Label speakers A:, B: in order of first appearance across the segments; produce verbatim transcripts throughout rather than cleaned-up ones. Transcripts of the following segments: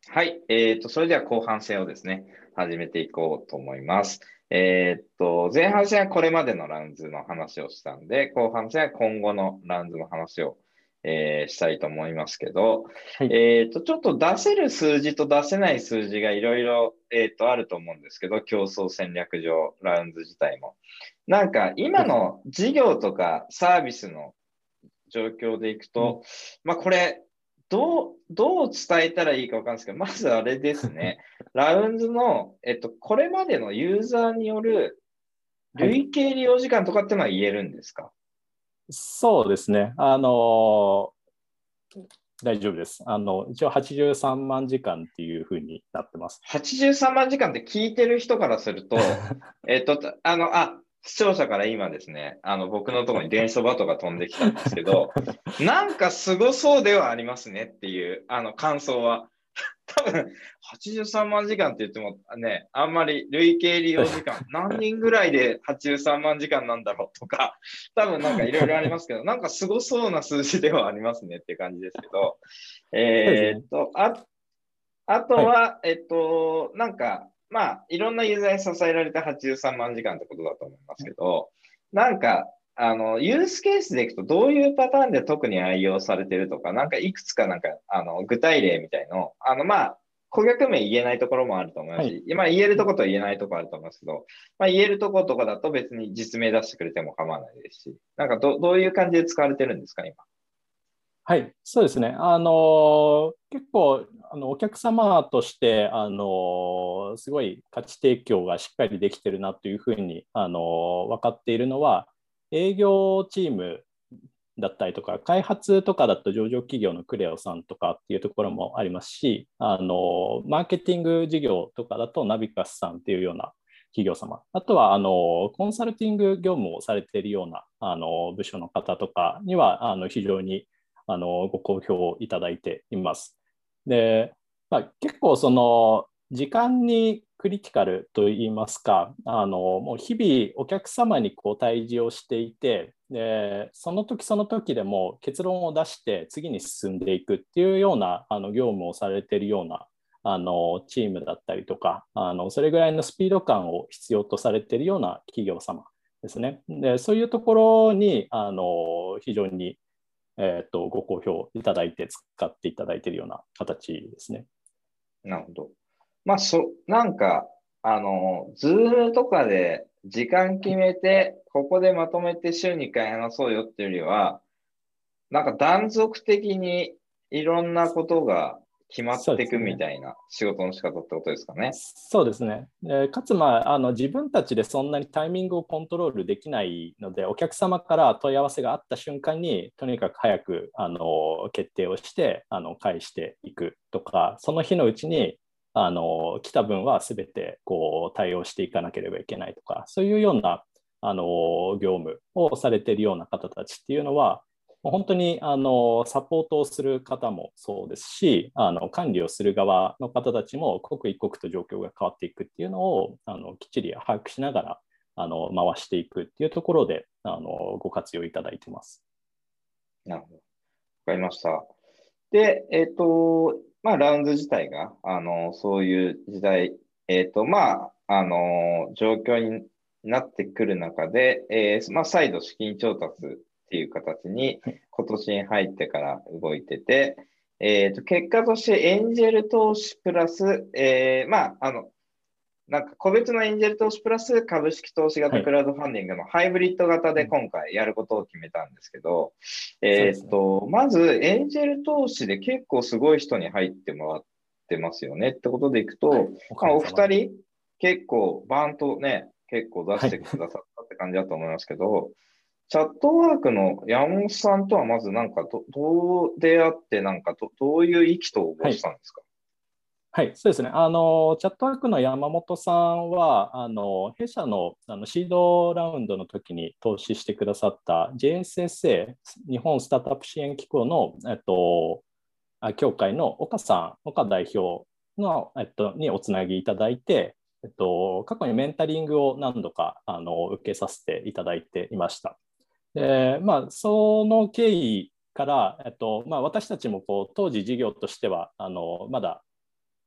A: はい。えっと、それでは後半戦をですね、始めていこうと思います。えっと、前半戦はこれまでのラウンズの話をしたんで、後半戦は今後のラウンズの話を、えーしたいと思いますけど、
B: はい。
A: えっと、ちょっと出せる数字と出せない数字がいろいろ、えっと、あると思うんですけど、競争戦略上、ラウンズ自体も。なんか、今
B: そうです。
A: の事業とかサービスの状況でいく
B: うん。
A: と、まあこれ、どう、どう伝えたらいいかわかんないですけど、まずあれですね。ラウンズの、えっと、これまでのユーザーによる
B: はい。
A: 累計利用時間とかってのは言えるんですか？
B: そうですね。あの、大丈夫です。あの、一応はちじゅうさんまん時間っていうふうになってます。
A: はちじゅうさんまん時間って聞いてる人からすると、えっと、あの、あ、視聴者から今ですね、あの、僕のところに電書バトが飛んできたんですけど、なんかすごそうではありますねっていう、あの、感想は。多分、はちじゅうさんまん時間って言ってもね、あんまり累計利用時間、何人ぐらいではちじゅうさんまん時間なんだろうとか、多分なんかいろいろありますけど、なんかすごそうな数字ではありますねって感じですけど、
B: そうですね。
A: えーっと、あ、あと
B: はい。
A: は、えっと、なんか、まあ、いろんなユーザーに支えられたはちじゅうさんまん時間ってことだと思いますけど、なんか、あの、ユースケースでいくとどういうパターンで特に愛用されてるとか、なんかいくつかなんか、あの、具体例みたいの、あの、まあ、顧客名言えないところもあると思いま
B: はい。
A: すし、まあ、言えるところと言えないところあると思いますけど、まあ、言えるところとかだと別に実名出してくれても構わないですし、なんかど、どういう感じで使われてるんですか、今。
B: はい。そうですね。あの、結構、あの、お客様として、あの、すごい価値提供がしっかりできてるなというふうに、あの、分かっているのは、営業チームだったりとか、開発とかだと上場企業のクレオさんとかっていうところもありますし、あの、マーケティング事業とかだとナビカスさんっていうような企業様、あとはあのコンサルティング業務をされているようなあの部署の方とかにはあの非常にあのご好評いただいています。で、まあ、結構その時間にクリティカルといいますか、あのもう日々お客様にこう対峙をしていて、でその時その時でも結論を出して次に進んでいくっていうようなあの業務をされているようなあのチームだったりとか、あのそれぐらいのスピード感を必要とされているような企業様ですね。でそういうところにあの非常に、えー、とご好評いただいて使っていただいているような形ですね。
A: なるほど。まあ、そ、なんか、あの、ズームとかで時間決めて、ここでまとめて週にかい話そうよっていうよりは、なんか断続的にいろんなことが決まっていくみ
B: そうですね。
A: たいな仕事の仕方ってことですかね。
B: そうですね。でかつ、まあ、あの自分たちでそんなにタイミングをコントロールできないので、お客様から問い合わせがあった瞬間に、とにかく早くあの決定をしてあの返していくとか、その日のうちにあの来た分はすべてこう対応していかなければいけないとか、そういうようなあの業務をされているような方たちっていうのは、本当にあのサポートをする方もそうですし、あの管理をする側の方たちも刻一刻と状況が変わっていくっていうのをあのきっちり把握しながらあの回していくっていうところであのご活用いただいています。
A: なるほど。わかりました。で、えっと、まあ、ラウンド自体が、あの、そういう時代、えっと、まあ、あの、状況になってくる中で、えーまあ、再度資金調達っていう形に、
B: はい、
A: 今年に入ってから動いてて、えっと、結果としてエンジェル投資プラス、えーまあ、あの、なんか個別のエンジェル投資プラス株式投資
B: はい、
A: 型クラウドファンディングのハイブリッド型
B: うん、
A: で今回やることを決めたんですけど、え
B: そうですね。
A: ーっと、まずエンジェル投資で結構すごい人に入ってもらってますよねってことでいくと、
B: お
A: まあ、お
B: かげさまで。
A: 二人結構バーンとね、結構出
B: はい。
A: してくださったって感じだと思いますけど、チャットワークの山本さんとはまずなんかど、どう出会ってなんかど、どういう意気投合
B: はい。
A: したんですか？
B: はい、そうですね。あの、チャットワークの山本さんは、あの、弊社の、あのシードラウンドの時に投資してくださった ジェイエスエスエー、日本スタートアップ支援機構の、えっと、あ協会の岡さん、岡代表の、えっと、におつなぎいただいて、えっと、過去にメンタリングを何度かあの受けさせていただいていました。で、まあ、その経緯から、えっとまあ、私たちもこう当時事業としてはあのまだ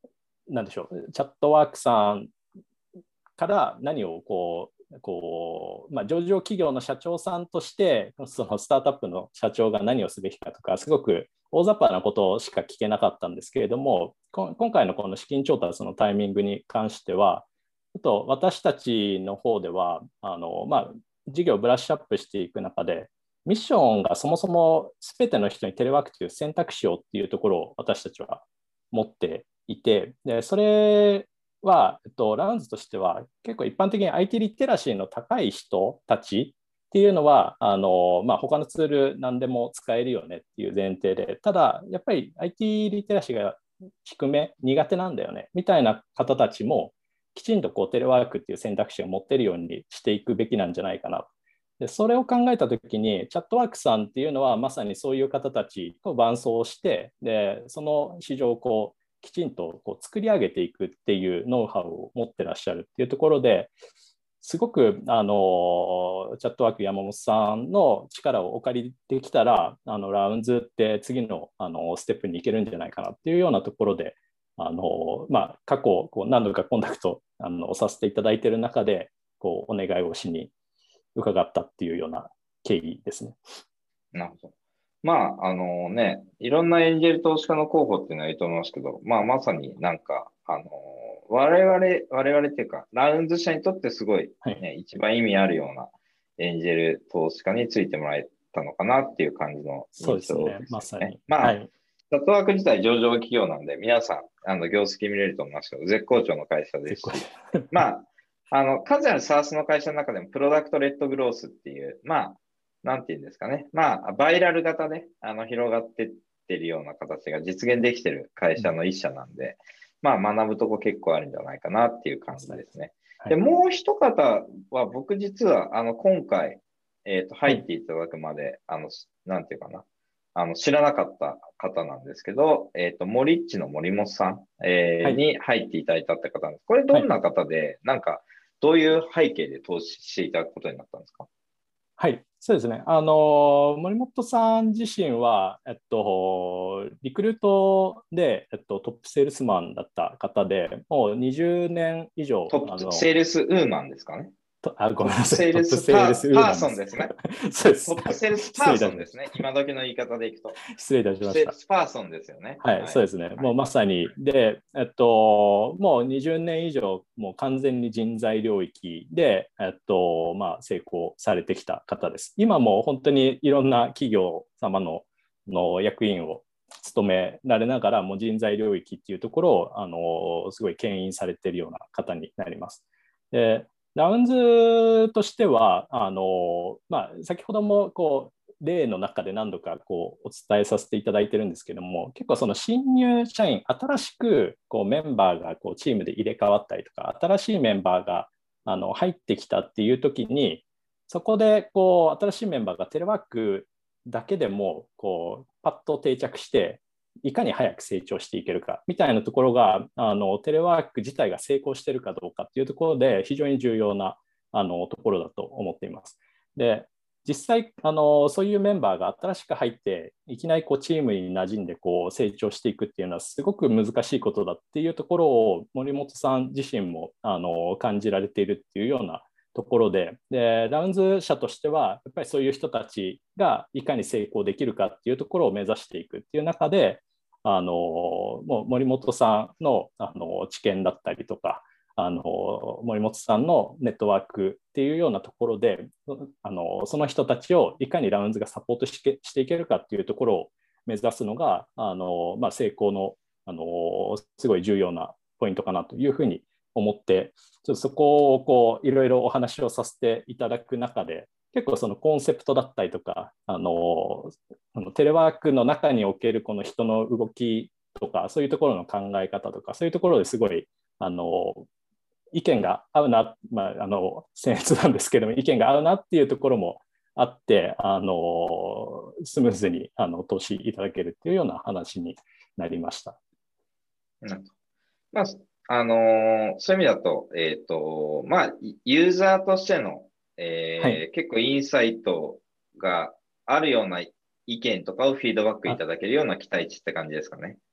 B: なんでしょう、チャットワークさんから何をこう、こうまあ、上場企業の社長さんとして、そのスタートアップの社長が何をすべきかとか、すごく大雑把なことしか聞けなかったんですけれども、今回のこの資金調達のタイミングに関しては、ちょっと私たちの方では、あのまあ、事業をブラッシュアップしていく中で、ミッションがそもそも全ての人にテレワークという選択肢をっていうところを私たちは持っていて、でそれは、えっと、ラウンズとしては結構一般的に アイティー リテラシーの高い人たちっていうのはあの、まあ、他のツール何でも使えるよねっていう前提で、ただやっぱり アイティー リテラシーが低め苦手なんだよねみたいな方たちもきちんとこうテレワークっていう選択肢を持っているようにしていくべきなんじゃないかな。でそれを考えたときに、チャットワークさんっていうのはまさにそういう方たちと伴走して、でその市場をこうきちんとこう作り上げていくっていうノウハウを持ってらっしゃるっていうところですごくあのチャットワーク山本さんの力をお借りできたら、あのラウンズって次の、あのステップに行けるんじゃないかなっていうようなところで、あの、まあ、過去こう何度かコンタクトあのさせていただいている中でこうお願いをしに伺ったっていうような経緯ですね。
A: なるほど。まあ、あのね、いろんなエンジェル投資家の候補っていうのはいると思いますけど、まあ、まさになんか、あの我々、我々っていうか、ラウンズ社にとってすごい、ね、はい、一番意味あるようなエンジェル投資家についてもらえたのかなっていう感じの印象ですね。そうですね、まさに。まあ、はい、チャットワーク自体上場企業なんで、皆さん、あの、業績見れると思いますけど、絶好調の会社ですし、まあ、あの、数ある SaaS の会社の中でも、プロダクトレッドグロースっていう、まあ、なんていうんですかね。まあ、バイラル型で、あの、広がってってるような形が実現できてる会社の一社なんで、うん、まあ、学ぶとこ結構あるんじゃないかなっていう感じですね。はい、で、もう一方は、僕実は、あの、今回、えっと、入っていただくまで、はい、あの、なんていうかな。あの、知らなかった方なんですけど、えっと、モリッチの森本さん、えーはい、に入っていただいたって方なんです。これどんな方で、はい、なんか、どういう背景で投資していただくことになったんですか？
B: はい、そうですね。あの、森本さん自身は、えっと、リクルートで、えっと、トップセールスマンだった方で、もうにじゅうねん以上。
A: トップセールスウーマンですかね。
B: あ、ごめんなさい。
A: トップセールスパーソンですね。
B: そうです。
A: トップセールスパーソンですね。今時の言い方でいくと。
B: 失礼いたしました。
A: セールスパーソンですよね。
B: はい、はい、そうですね。はい、もうまさに。で、えっと、もうにじゅうねん以上、もう完全に人材領域で、えっと、まあ、成功されてきた方です。今も本当にいろんな企業様の、の役員を務められながら、もう人材領域っていうところを、あの、すごい牽引されているような方になります。でラウンズとしては、あのまあ、先ほどもこう例の中で何度かこうお伝えさせていただいてるんですけども、結構その新入社員、新しくこうメンバーがこうチームで入れ替わったりとか、新しいメンバーがあの入ってきたっていう時に、そこでこう新しいメンバーがテレワークだけでもこうパッと定着して、いかに早く成長していけるかみたいなところが、あのテレワーク自体が成功しているかどうかっていうところで非常に重要なあのところだと思っています。で実際あのそういうメンバーが新しく入っていきなりこうチームに馴染んでこう成長していくっていうのはすごく難しいことだっていうところを森本さん自身もあの感じられているっていうようなところで、でラウンズ社としてはやっぱりそういう人たちがいかに成功できるかっていうところを目指していくっていう中で、あのもう森本さんの、あの知見だったりとか、あの森本さんのネットワークっていうようなところで、あのその人たちをいかにラウンズがサポートしけしていけるかっていうところを目指すのがあの、まあ、成功の、あのすごい重要なポイントかなというふうに思って、ちょっとそこをこういろいろお話をさせていただく中で、結構そのコンセプトだったりとか、あのテレワークの中におけるこの人の動きとか、そういうところの考え方とか、そういうところですごいあの意見が合うな、まあ、あの僭越なんですけども、意見が合うなっていうところもあって、あのスムーズにあの投資いただけるっていうような話になりました。
A: なるほど。まああのー、そういう意味だと、えっと、まあ、ユーザーとしての、えーはい、結構インサイトがあるような意見とかをフィードバックいただけるような期待値って感じですかね。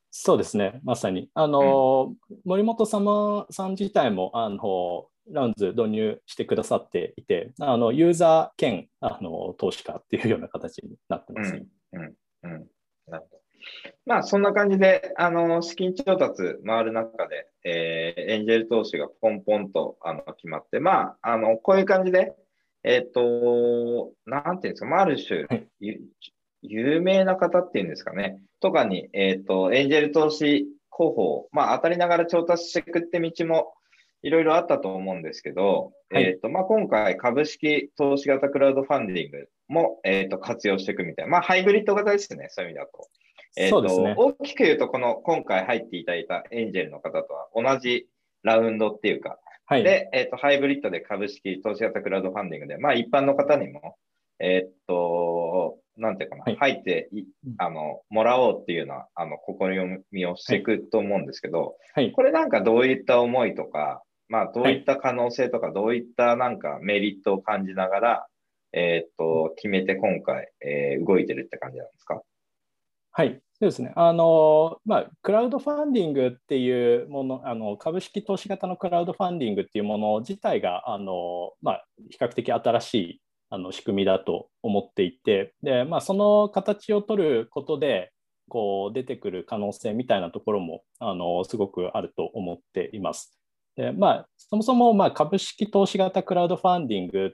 B: そうですね、まさに。あ
A: うん。
B: の、森本様さん自体も、あの、ラウンズ導入してくださっていて、あの、ユーザー兼、あの、投資家っていうような形になってます。
A: うん。うん。うん。なるほど。まあ、そんな感じで、あの、資金調達回る中で、えーエンジェル投資がポンポンと、あの、決まって、まあ、あの、こういう感じで、えっと、なんていうんですか、まあ、ある種、
B: はい。
A: ゆ有名な方っていうんですかね、とかに、えっと、エンジェル投資候補を、まあ、当たりながら調達していくって道も、いろいろあったと思うんですけど、
B: はい。
A: えっと、まあ、今回、株式投資型クラウドファンディングも、えっと、活用していくみたいな、まあ、ハイブリッド型ですね、そういう意味だと。えっと、
B: そうですね。
A: 大きく言うと、この今回入っていただいたエンジェルの方とは同じラウンドっていうか、
B: はい。
A: で、えっと、ハイブリッドで株式投資型クラウドファンディングで、まあ一般の方にも、えっと、なんていうかな、
B: はい。
A: 入ってい、あの、もらおうっていうような、あの、試みをしてい
B: はい。
A: くと思うんですけど、
B: はい。
A: これなんかどういった思いとか、まあどういっ
B: はい。
A: た可能性とか、どういったなんかメリットを感じながら、えっと、決めて今回、えー動いてるって感じなんですか？
B: はい、そうですね。あの、まあ、クラウドファンディングっていうもの、あの、株式投資型のクラウドファンディングっていうもの自体が、あの、まあ、比較的新しいあの仕組みだと思っていて、で、まあ、その形を取ることで、こう、出てくる可能性みたいなところも、あの、すごくあると思っています。で、まあ、そもそも、まあ、株式投資型クラウドファンディングって、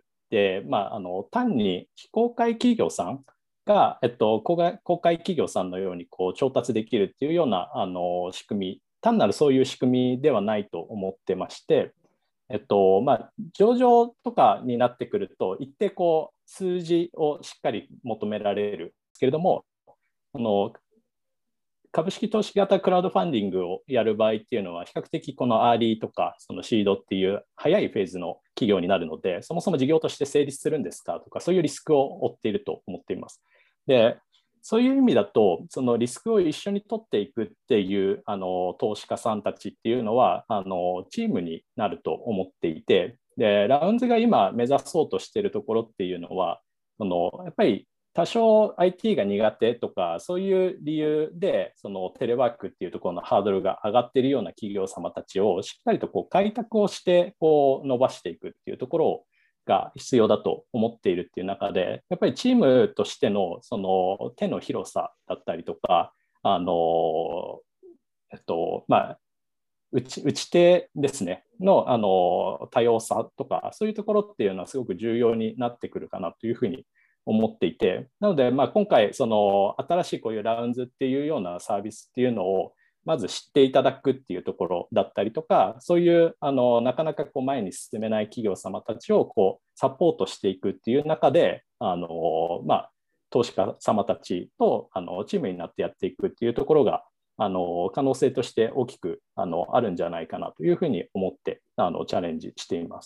B: まあ、あの、単に非公開企業さんが、えっと、公開公開企業さんのようにこう調達できるっていうようなあの仕組み、単なるそういう仕組みではないと思ってまして、えっとまあ、上場とかになってくると、一定こう数字をしっかり求められるんですけれども、あの株式投資型クラウドファンディングをやる場合っていうのは、比較的このアーリーとかそのシードっていう早いフェーズの企業になるので、そもそも事業として成立するんですかとか、そういうリスクを負っていると思っています。で、そういう意味だと、そのリスクを一緒に取っていくっていうあの投資家さんたちっていうのはあのチームになると思っていて、でラウンズが今目指そうとしているところっていうのは、そのやっぱり多少 アイティー が苦手とか、そういう理由で、そのテレワークっていうところのハードルが上がっているような企業様たちをしっかりとこう開拓をして、こう伸ばしていくっていうところが必要だと思っているっていう中で、やっぱりチームとしてのその手の広さだったりとか、あの、えっと、まあ、打ち打ち手ですねの、あの多様さとか、そういうところっていうのはすごく重要になってくるかなというふうに思っていて、なので、まあ、今回、その新しいこういうラウンズっていうようなサービスっていうのを、まず知っていただくっていうところだったりとか、そういうあのなかなかこう前に進めない企業様たちをこうサポートしていくっていう中で、あのまあ、投資家様たちとあのチームになってやっていくっていうところが、あの可能性として大きくあのあるんじゃないかなというふうに思ってあのチャレンジしています。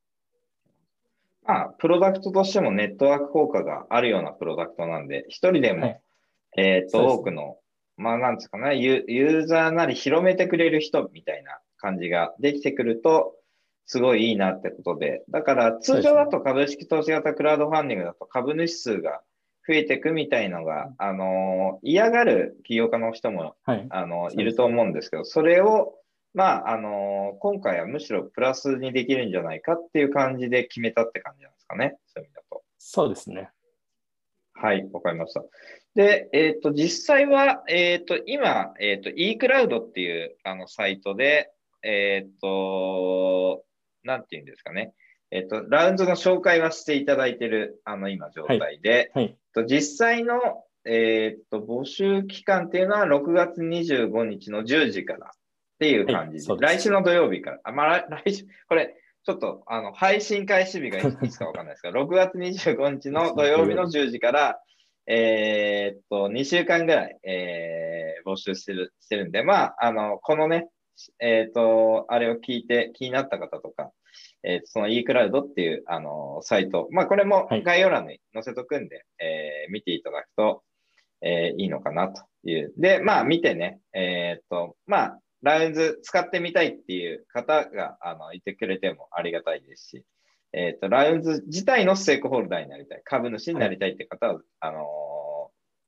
A: まあ、プロダクトとしてもネットワーク効果があるようなプロダクトなんで、一人でも、
B: はい、
A: えっと、
B: そうですね。
A: 多くの、まあ、なんですかね、ユ、ユーザーなり広めてくれる人みたいな感じができてくると、すごいいいなってことで、だから通常だ
B: そうですね。
A: と株式投資型クラウドファンディングだと株主数が増えていくみたいのが、あのー嫌がる起業家の人も、
B: はい、
A: あのーいると
B: そうですね。
A: 思うんですけど、それを、まあ、あのー今回はむしろプラスにできるんじゃないかっていう感じで決めたって感じなんですかね。そういう意味だと。
B: そうですね。
A: はい、わかりました。で、えっと、実際は、えっと、今、えっと、eCloud っていうあのサイトで、えっと、なんていうんですかね。えっと、ラウンドの紹介はしていただいている、あの、今状
B: はい、
A: 態で、
B: はい、
A: と実際の、えっと、募集期間っていうのはろくがつにじゅうごにちのじゅうじからっていう
B: はい、
A: 感じで、
B: そうです。
A: 来週の土曜日から、あ、まあ、来来週、これ、ちょっと、あの、配信開始日がいいつかわかんないですが、ろくがつにじゅうごにちの土曜日の
B: 土曜日。
A: じゅうじから、えーっと、にしゅうかんぐらい、えー募集してる、してるんで、まあ、あの、このね、えーっと、あれを聞いて気になった方とか、えーっと、その eCloud っていう、あの、サイト、まあ、これも
B: はい、
A: 概要欄に載せとくんで、えー見ていただくと、えーいいのかなという。で、まあ、見てね、えーっと、まあ、ラウンズ使ってみたいっていう方が、あの、いてくれてもありがたいですし、えっと、ラウンズ自体のステークホルダーになりたい、株主に
B: はい、
A: なりたいって方は、あのー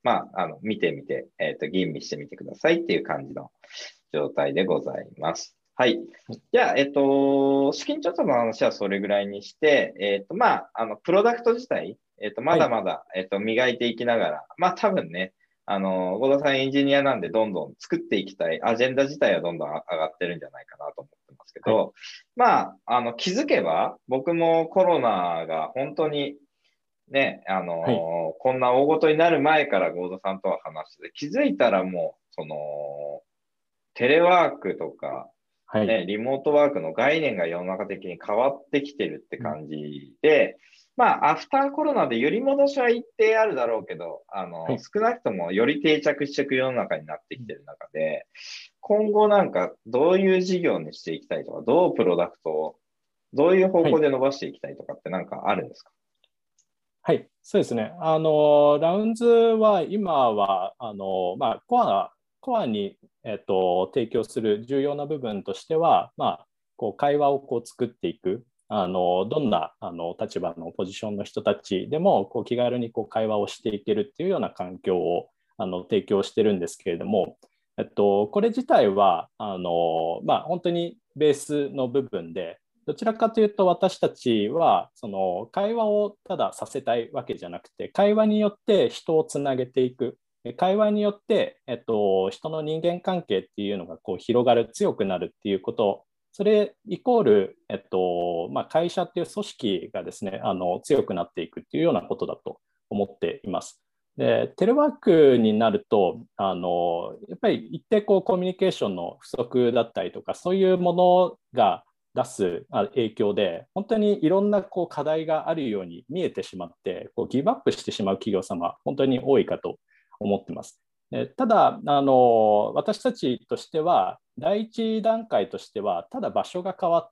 A: まあ、あの、見てみて、えっと、吟味してみてくださいっていう感じの状態でございます。はい。じゃあ、えっと、資金調達の話はそれぐらいにして、えっと、まあ、あの、プロダクト自体、えっと、ま
B: はい。
A: だまだ、えっと、磨いていきながら、まあ、多分ね、あの、合田さんエンジニアなんで、どんどん作っていきたい、アジェンダ自体はどんどん上がってるんじゃないかなと思ってますけ
B: はい。
A: ど、まあ、あの、気づけば、僕もコロナが本当にね、あの
B: はい。
A: ーこんな大ごとになる前から合田さんとは話してて、気づいたらもう、その、テレワークとか、
B: はい。
A: ね、リモートワークの概念が世の中的に変わってきてるって
B: うん。
A: 感じで、まあ、アフターコロナでより戻しは一定あるだろうけど、あの、
B: はい。
A: 少なくともより定着していく世の中になって
B: うん。
A: きてる中で、今後なんかどういう事業にしていきたいとか、どうプロダクトを、どういう方
B: はい。
A: 向で伸ばしていきたいとかってなんかあるんですか？
B: はい、そうですね。あの、ラウンズは今は、あの、まあ、コア、コアに、えっと、提供する重要な部分としては、まあ、こう会話をこう作っていく。あの、どんなあの立場のポジションの人たちでもこう気軽にこう会話をしていけるっていうような環境をあの提供してるんですけれども、えっと、これ自体はあの、まあ、本当にベースの部分で、どちらかというと私たちはその会話をたださせたいわけじゃなくて、会話によって人をつなげていく、会話によって、えっと、人の人間関係っていうのがこう広がる、強くなるっていうこと、それイコール、えっとまあ、会社っていう組織がですね、あの強くなっていくっていうようなことだと思っています。でテレワークになるとあのやっぱり一定こうコミュニケーションの不足だったりとか、そういうものが出す影響で、本当にいろんなこう課題があるように見えてしまって、こうギブアップしてしまう企業様、本当に多いかと思ってます。ただあの、私たちとしては、第一段階としては、ただ場所が変わって、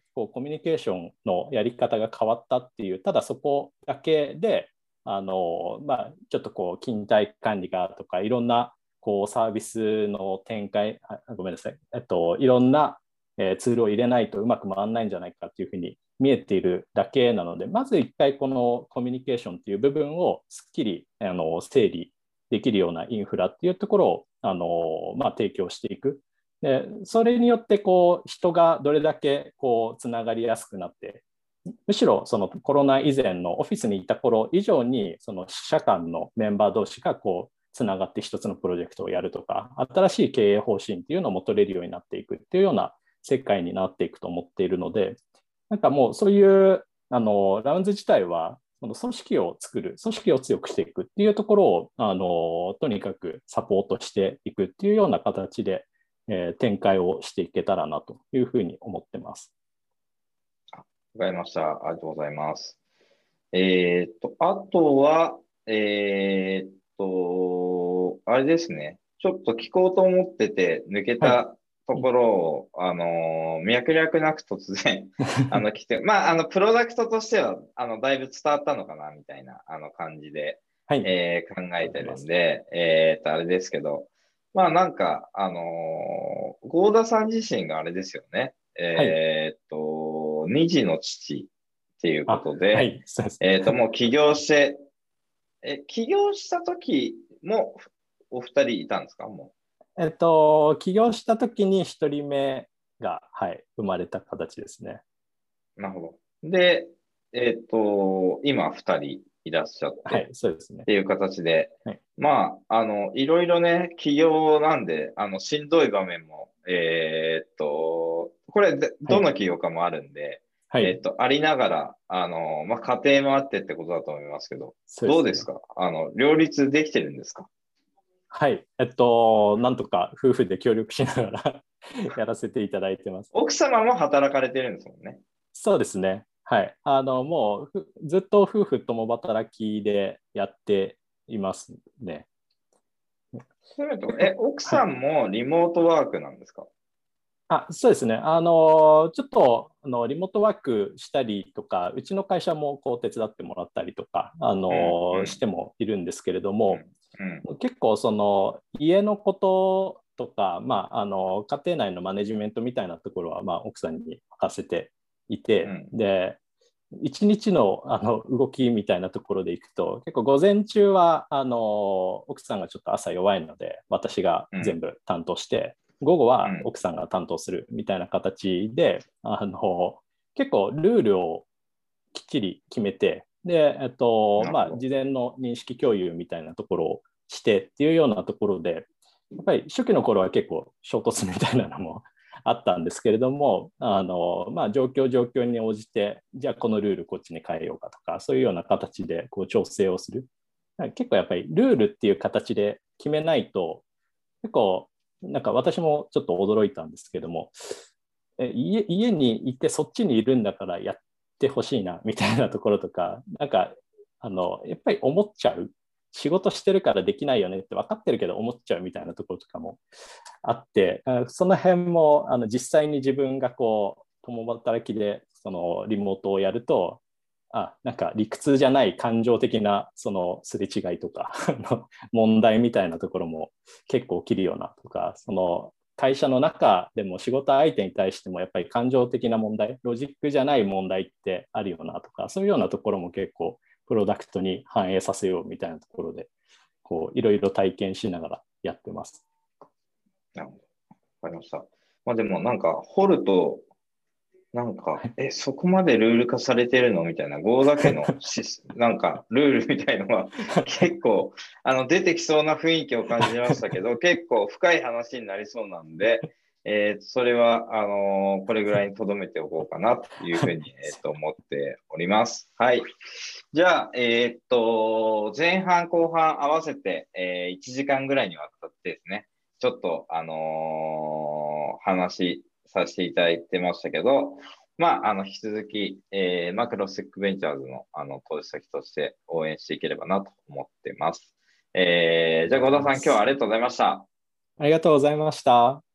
B: こうコミュニケーションのやり方が変わったっていう、ただそこだけで、あのまあ、ちょっとこう勤怠管理がとか、いろんなこうサービスの展開、ごめんなさい、えっと、いろんなえー、ツールを入れないとうまく回らないんじゃないかというふうに見えているだけなので、まず一回このコミュニケーションという部分をすっきりあの整理できるようなインフラっていうところをあの、まあ、提供していく。でそれによってこう人がどれだけこうつながりやすくなって、むしろそのコロナ以前のオフィスにいた頃以上に、その社間のメンバー同士がこうつながって一つのプロジェクトをやるとか、新しい経営方針っていうのをも取れるようになっていくっていうような世界になっていくと思っているので、なんかもうそういうあのラウンズ自体は、その組織を作る、組織を強くしていくっていうところをあのとにかくサポートしていくっていうような形で、えー展開をしていけたらなというふうに思ってます。
A: わかりました。ありがとうございます。えーっと、あとは、えーっと、あれですね。ちょっと聞こうと思ってて抜け
B: はい。
A: たところを、あのー脈略なく突然あの、来て、まあ、あの、プロダクトとしては、あの、だいぶ伝わったのかな、みたいな、あの、感じで、
B: はい。
A: えー考
B: ありがとう
A: えて
B: ございます。
A: るんで、えーっと、あれですけど、まあ、なんか、あのー、合田さん自身があれですよね。
B: はい。
A: えーっと、二児の父っていうこ
B: あ、
A: とで、
B: はい。そうです。
A: えっと、もう起業して、え、起業した時もお二人いたんですか？も
B: えっと、起業した時に一人目が、はい、生まれた形ですね。
A: う。なるほど。で、えっと、今二人いらっしゃって
B: はい、そうですね。
A: っていう形で、
B: はい。
A: まあ、あの、いろいろね、起業なんで、あの、しんどい場面も、えっと、これで、
B: はい。
A: どの起業家もあるんで、
B: はい。
A: えっと、ありながら、あの、まあ、家庭もあってってことだと思いますけど、
B: そうですね。
A: どうですか？あの、両立できてるんですか？
B: はい。えっと、なんとか夫婦で協力しながらやらせていただいてます。
A: 奥様も働かれてるんですもんね。
B: そうですね。はい。あの、もうふ、ずっと夫婦共働きでやっていますね。
A: それと、え、
B: 結構、
A: 奥
B: はい。
A: さんもリモートワークなんですか？
B: あ、そうですね。あの、ちょっと、あの、リモートワークしたりとか、うちの会社もこう手伝ってもらったりとか、あ
A: うん、う
B: の、し
A: ん、
B: てもいるんですけれども、
A: うん、うん、
B: 結構その家のこととか、まあ、あの家庭内のマネジメントみたいなところは、まあ、奥さんに任せていて、
A: うん、
B: で一日の、あの動きみたいなところでいくと、結構午前中はあの奥さんがちょっと朝弱いので、私が全部担当して、午後は奥さんが担当するみたいな形で、あの結構ルールをきっちり決めて、で、えっと、まあ、事前の認識共有みたいなところをしてっていうようなところで、やっぱり初期の頃は結構衝突みたいなのもあったんですけれども、あの、まあ、状況状況に応じて、じゃあこのルールこっちに変えようかとか、そういうような形でこう調整をする。結構やっぱりルールっていう形で決めないと、結構、なんか私もちょっと驚いたんですけども、え家家にいてそっちにいるんだからやってほしいなみたいなところとか、なんかあのやっぱり思っちゃう。仕事してるからできないよねって分かってるけど思っちゃうみたいなところとかもあって、その辺もあの実際に自分がこう共働きでそのリモートをやると、あ、なんか理屈じゃない感情的なそのすれ違いとか問題みたいなところも結構起きるようなとか、その会社の中でも仕事相手に対してもやっぱり感情的な問題、ロジックじゃない問題ってあるよなとか、そういうようなところも結構プロダクトに反映させようみたいなところで、こういろいろ体験しながらやってます。
A: なるほど。わかりました。まあでもなんか掘ると、なんか、え、そこまでルール化されてるのみたいな、郷田家のしなんかルールみたいのが結構あの出てきそうな雰囲気を感じましたけど、結構深い話になりそうなんで、えー、それはあのー、これぐらいに留めておこうかなというふうに、えー、と思っております。はい。じゃあ、えー、っと、前半後半合わせて、えー、いちじかんぐらいにわたってですね、ちょっと、あのー、話させていただいてましたけど、まあ、あの、引き続き、えー、マクロステックベンチャーズの、あの、投資先として応援していければなと思ってます。えー、じゃあ、郷田さん、今日はありがとうございました。
B: ありがとうございました。